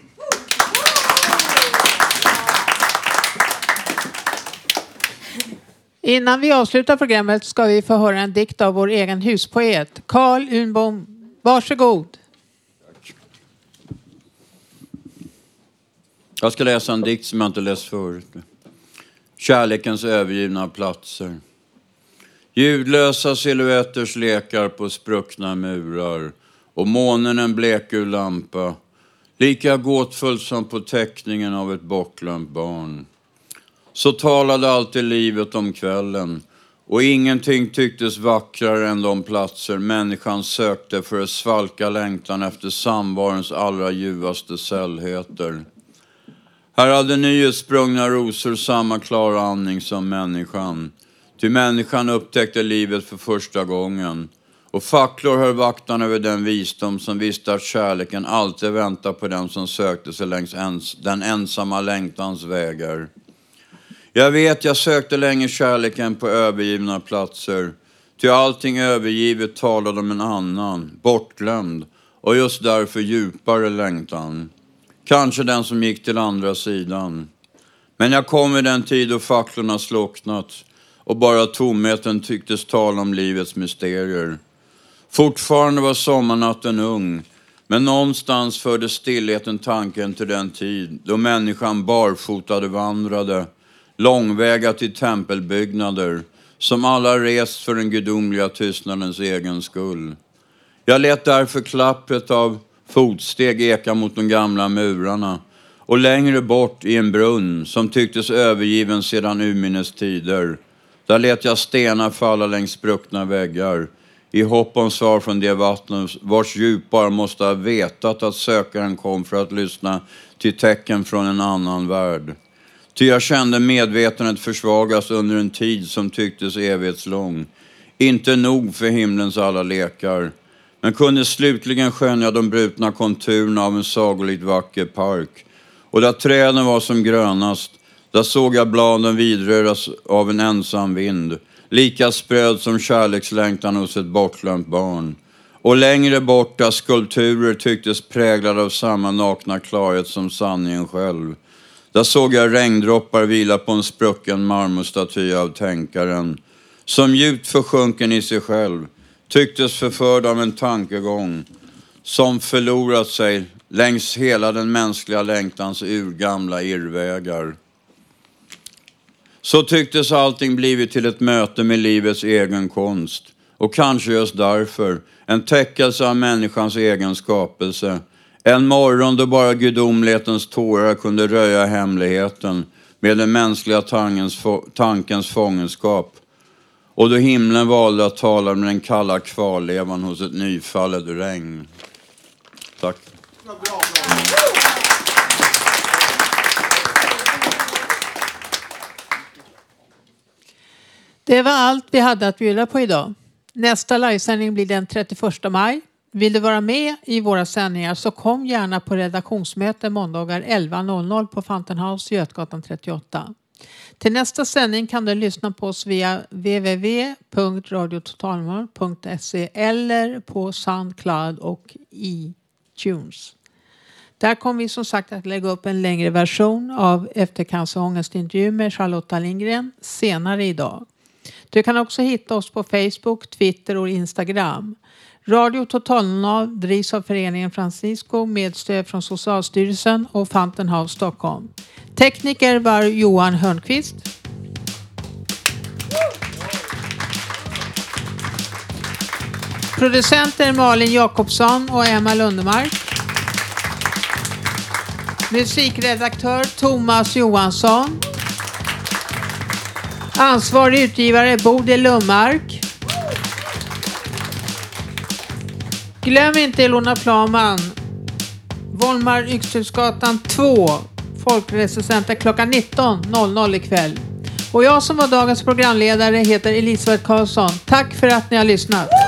[SPEAKER 2] Innan vi avslutar programmet ska vi få höra en dikt av vår egen huspoet Carl Unbom. Varsågod.
[SPEAKER 3] Jag ska läsa en dikt som jag inte läst förut. Kärlekens övergivna platser. Ljudlösa silhuetters lekar på spruckna murar och månen en blekgul lampa, lika gåtfullt som på teckningen av ett bortglömt barn. Så talade alltid livet om kvällen och ingenting tycktes vackrare än de platser människan sökte för att svalka längtan efter samvarens allra ljuvaste sällheter. Här hade nyutsprungna rosor samma klara andning som människan. Ty människan upptäckte livet för första gången. Och facklor höll vaktan över den visdom som visste att kärleken alltid väntar på den som sökte sig längs den ensamma längtans vägar. Jag vet, jag sökte länge kärleken på övergivna platser. Ty allting övergivet talade om en annan, bortglömd och just därför djupare längtan. Kanske den som gick till andra sidan. Men jag kom i den tid då facklorna slocknat och bara tomheten tycktes tala om livets mysterier. Fortfarande var sommarnatten ung, men någonstans förde stillheten tanken till den tid då människan barfotade vandrade, långväga till tempelbyggnader, som alla rest för den gudomliga tystnadens egen skull. Jag lät därför klappet av fotsteg eka mot de gamla murarna och längre bort i en brunn som tycktes övergiven sedan urminnes tider. Där lät jag stenar falla längs spruckna väggar. I hopp om svar från det vatten vars djup bara måste ha vetat att sökaren kom för att lyssna till tecken från en annan värld. Ty jag kände medvetandet försvagas under en tid som tycktes evighetslång. Inte nog för himlens alla lekar. Men kunde slutligen skönja de brutna konturerna av en sagolikt vacker park. Och där träden var som grönast, där såg jag bladen vidröras av en ensam vind. Lika spröd som kärlekslängtan hos ett bortglömt barn. Och längre borta skulpturer tycktes präglade av samma nakna klarhet som sanningen själv. Där såg jag regndroppar vila på en sprucken marmorstaty av tänkaren. Som djupt försjunken i sig själv, tycktes förförd av en tankegång. Som förlorat sig längs hela den mänskliga längtans urgamla irrvägar. Så tycktes allting blivit till ett möte med livets egen konst. Och kanske just därför, en täckelse av människans egen skapelse. En morgon då bara gudomlighetens tårar kunde röja hemligheten med den mänskliga tankens fångenskap. Och då himlen valde att tala med den kalla kvarlevan hos ett nyfallet regn. Tack.
[SPEAKER 2] Det var allt vi hade att bjuda på idag. Nästa livesändning blir den 31 maj. Vill du vara med i våra sändningar så kom gärna på redaktionsmöte måndagar 11.00 på Fountain House, Götgatan 38. Till nästa sändning kan du lyssna på oss via www.radiototalnormal.se eller på Soundcloud och iTunes. Där kommer vi som sagt att lägga upp en längre version av eftercancerångestintervju med Charlotta Lindgren senare idag. Du kan också hitta oss på Facebook, Twitter och Instagram. Radio Totalnormal drivs av föreningen Francisco med stöd från Socialstyrelsen och Fountain House Stockholm. Tekniker var Johan Hörnqvist. Producenter Malin Jakobsson och Emma Lundemark. Musikredaktör Thomas Johansson. Ansvarig utgivare Bodil Lummark. Glöm inte Ilona Plaman. Volmar Yxhusgatan 2. Folkresecenter klockan 19.00 ikväll. Och jag som var dagens programledare heter Elisabeth Karlsson. Tack för att ni har lyssnat.